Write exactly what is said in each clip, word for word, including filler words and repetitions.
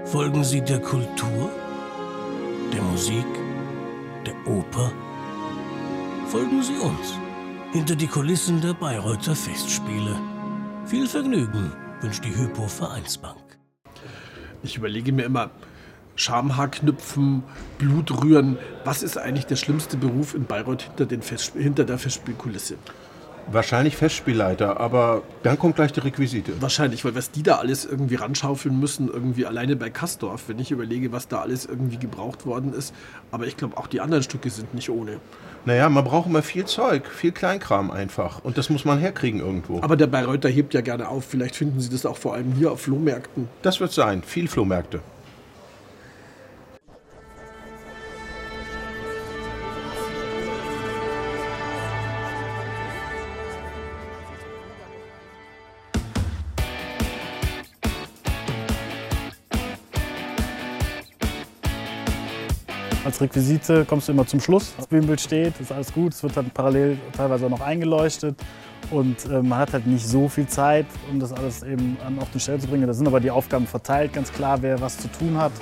Folgen Sie der Kultur, der Musik, der Oper? Folgen Sie uns hinter die Kulissen der Bayreuther Festspiele. Viel Vergnügen wünscht die Hypo Vereinsbank. Ich überlege mir immer, Schamhaarknüpfen, Blut rühren. Was ist eigentlich der schlimmste Beruf in Bayreuth hinter, den Fest, hinter der Festspielkulisse? Wahrscheinlich Festspielleiter, aber dann kommt gleich die Requisite. Wahrscheinlich, weil was die da alles irgendwie ranschaufeln müssen, irgendwie alleine bei Kastorf, wenn ich überlege, was da alles irgendwie gebraucht worden ist. Aber ich glaube, auch die anderen Stücke sind nicht ohne. Naja, man braucht immer viel Zeug, viel Kleinkram einfach. Und das muss man herkriegen irgendwo. Aber der Bayreuther hebt ja gerne auf. Vielleicht finden Sie das auch vor allem hier auf Flohmärkten. Das wird sein, viel Flohmärkte. Als Requisite kommst du immer zum Schluss. Das Bühnenbild steht, ist alles gut. Es wird dann parallel teilweise auch noch eingeleuchtet. Und äh, man hat halt nicht so viel Zeit, um das alles eben an auf den Stelle zu bringen. Da sind aber die Aufgaben verteilt, ganz klar, wer was zu tun hat.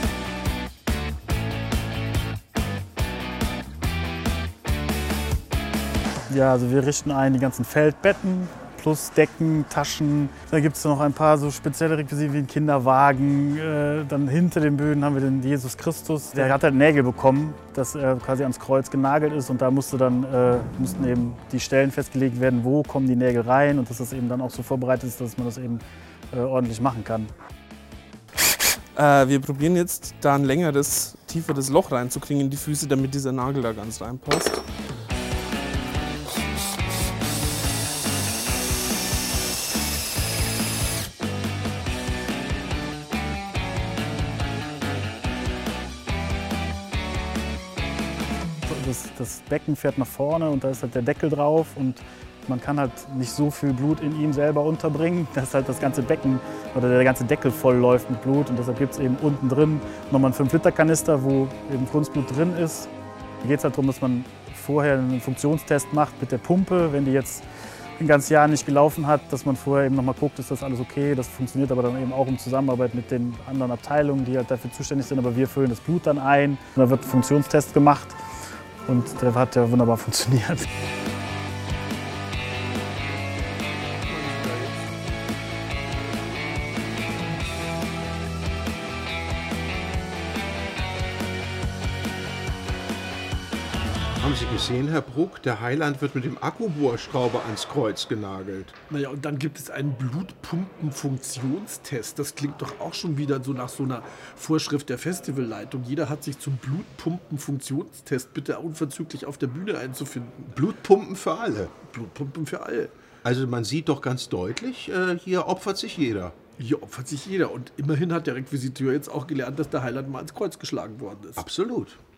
Ja, also wir richten ein die ganzen Feldbetten. Plus Decken, Taschen. Da gibt es noch ein paar so spezielle Requisiten wie einen Kinderwagen. Äh, dann hinter den Bühnen haben wir den Jesus Christus. Der hat halt Nägel bekommen, dass er quasi ans Kreuz genagelt ist. Und da musste dann, äh, mussten eben die Stellen festgelegt werden, wo kommen die Nägel rein. Und dass das eben dann auch so vorbereitet ist, dass man das eben äh, ordentlich machen kann. Äh, wir probieren jetzt da ein längeres, tieferes Loch reinzukriegen in die Füße, damit dieser Nagel da ganz reinpasst. Das, das Becken fährt nach vorne und da ist halt der Deckel drauf und man kann halt nicht so viel Blut in ihm selber unterbringen, dass halt das ganze Becken oder der ganze Deckel voll läuft mit Blut und deshalb gibt es eben unten drin nochmal einen fünf Liter Kanister, wo eben Kunstblut drin ist. Hier geht es halt darum, dass man vorher einen Funktionstest macht mit der Pumpe, wenn die jetzt ein ganzes Jahr nicht gelaufen hat, dass man vorher eben nochmal guckt, ist das alles okay. Das funktioniert aber dann eben auch in Zusammenarbeit mit den anderen Abteilungen, die halt dafür zuständig sind, aber wir füllen das Blut dann ein. Und da wird ein Funktionstest gemacht. Und der hat ja wunderbar funktioniert. Haben Sie gesehen, Herr Bruck, der Heiland wird mit dem Akkubohrschrauber ans Kreuz genagelt. Naja, und dann gibt es einen Blutpumpenfunktionstest. Das klingt doch auch schon wieder so nach so einer Vorschrift der Festivalleitung. Jeder hat sich zum Blutpumpenfunktionstest bitte unverzüglich auf der Bühne einzufinden. Blutpumpen für alle. Blutpumpen für alle. Also man sieht doch ganz deutlich, äh, hier opfert sich jeder. Hier opfert sich jeder. Und immerhin hat der Requisiteur jetzt auch gelernt, dass der Heiland mal ans Kreuz geschlagen worden ist. Absolut.